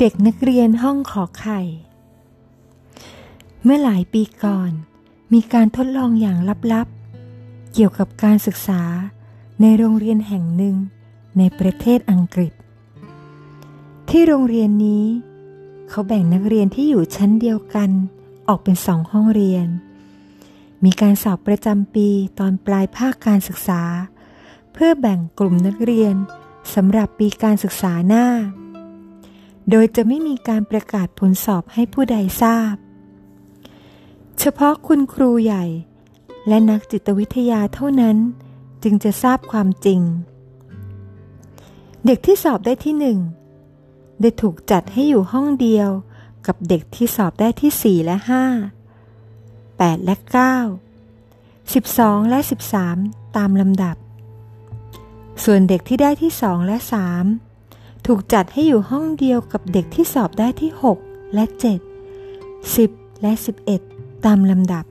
เด็กนักเรียนห้องขอไข่เมื่อหลายปีก่อนมีการทดลองอย่างลับๆเกี่ยวกับการศึกษาในโรงเรียนแห่งหนึ่งในประเทศอังกฤษที่โรงเรียนนี้เขาแบ่งนักเรียนที่อยู่ชั้นเดียวกันออกเป็น2ห้องเรียนมีการสอบประจำปีตอนปลายภาคการศึกษาเพื่อแบ่งกลุ่มนักเรียนสำหรับปีการศึกษาหน้าโดยจะไม่มีการประกาศผลสอบให้ผู้ใดทราบเฉพาะคุณครูใหญ่และนักจิตวิทยาเท่านั้นจึงจะทราบความจริงเด็กที่สอบได้ที่1ได้ถูกจัดให้อยู่ห้องเดียวกับเด็กที่สอบได้ที่4และ5 8และ9 12และ13ตามลำดับส่วนเด็กที่ได้ที่2และ3ถูกจัดให้อยู่ห้องเดียวกับเด็กที่สอบได้ที่6และ7 10และ11ตามลำดับ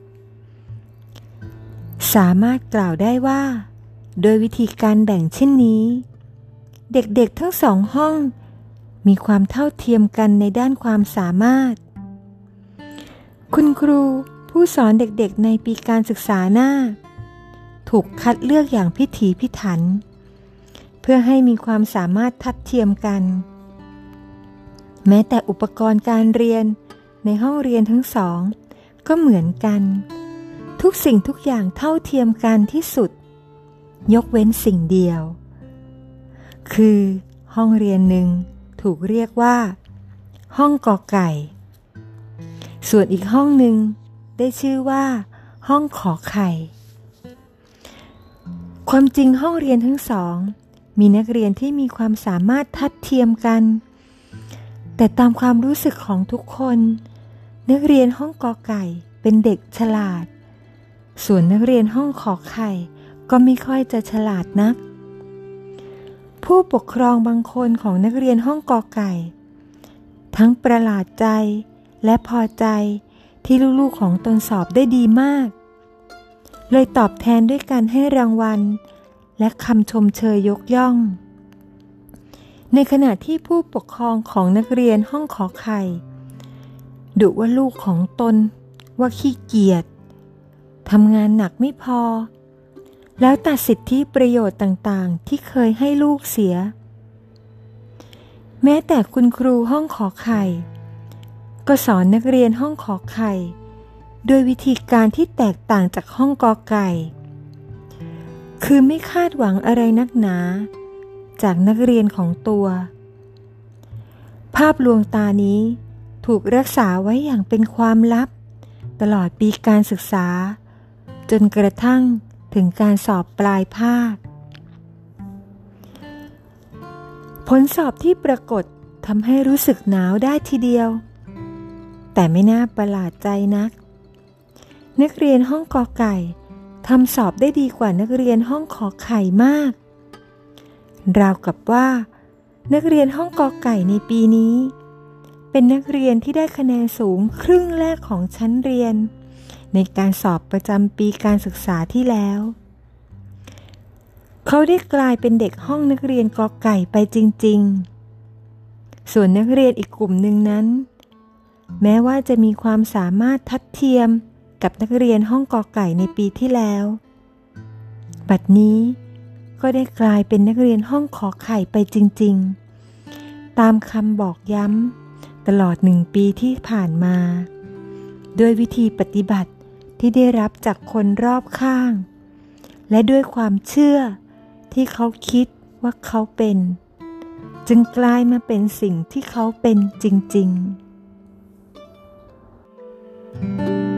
สามารถกล่าวได้ว่าโดยวิธีการแบ่งเช่นนี้เด็กๆทั้ง2ห้องมีความเท่าเทียมกันในด้านความสามารถคุณครูผู้สอนเด็กๆในปีการศึกษาหน้าถูกคัดเลือกอย่างพิถีพิถันเพื่อให้มีความสามารถทัดเทียมกันแม้แต่อุปกรณ์การเรียนในห้องเรียนทั้งสองก็เหมือนกันทุกสิ่งทุกอย่างเท่าเทียมกันที่สุดยกเว้นสิ่งเดียวคือห้องเรียนหนึ่งถูกเรียกว่าห้องกอไก่ส่วนอีกห้องหนึ่งได้ชื่อว่าห้องขอไข่ความจริงห้องเรียนทั้งสองมีนักเรียนที่มีความสามารถทัดเทียมกันแต่ตามความรู้สึกของทุกคนนักเรียนห้องกอไก่เป็นเด็กฉลาดส่วนนักเรียนห้องขอไข่ก็ไม่ค่อยจะฉลาดนักผู้ปกครองบางคนของนักเรียนห้องกอไก่ทั้งประหลาดใจและพอใจที่ลูกๆของตนสอบได้ดีมากเลยตอบแทนด้วยการให้รางวัลและคำชมเชยยกย่องในขณะที่ผู้ปกครองของนักเรียนห้องขอไข่ดุว่าลูกของตนว่าขี้เกียจทำงานหนักไม่พอแล้วตัดสิทธิประโยชน์ต่างๆที่เคยให้ลูกเสียแม้แต่คุณครูห้องขอไข่ก็สอนนักเรียนห้องขอไข่โดยวิธีการที่แตกต่างจากห้องกอไก่คือไม่คาดหวังอะไรนักหนาจากนักเรียนของตัวภาพลวงตานี้ถูกรักษาไว้อย่างเป็นความลับตลอดปีการศึกษาจนกระทั่งถึงการสอบปลายภาคผลสอบที่ปรากฏทำให้รู้สึกหนาวได้ทีเดียวแต่ไม่น่าประหลาดใจนักนักเรียนห้องกอไก่ทำสอบได้ดีกว่านักเรียนห้องขอไข่มากราวกับว่านักเรียนห้องกอไก่ในปีนี้เป็นนักเรียนที่ได้คะแนนสูงครึ่งแรกของชั้นเรียนในการสอบประจำปีการศึกษาที่แล้วเขาได้กลายเป็นเด็กห้องนักเรียนกอไก่ไปจริงๆส่วนนักเรียนอีกกลุ่มหนึ่งนั้นแม้ว่าจะมีความสามารถทัดเทียมกับนักเรียนห้องกอไก่ในปีที่แล้วบัดนี้ก็ได้กลายเป็นนักเรียนห้องขอไข่ไปจริงๆตามคำบอกย้ำตลอด1 ปีที่ผ่านมาด้วยวิธีปฏิบัติที่ได้รับจากคนรอบข้างและด้วยความเชื่อที่เขาคิดว่าเขาเป็นจึงกลายมาเป็นสิ่งที่เขาเป็นจริงๆ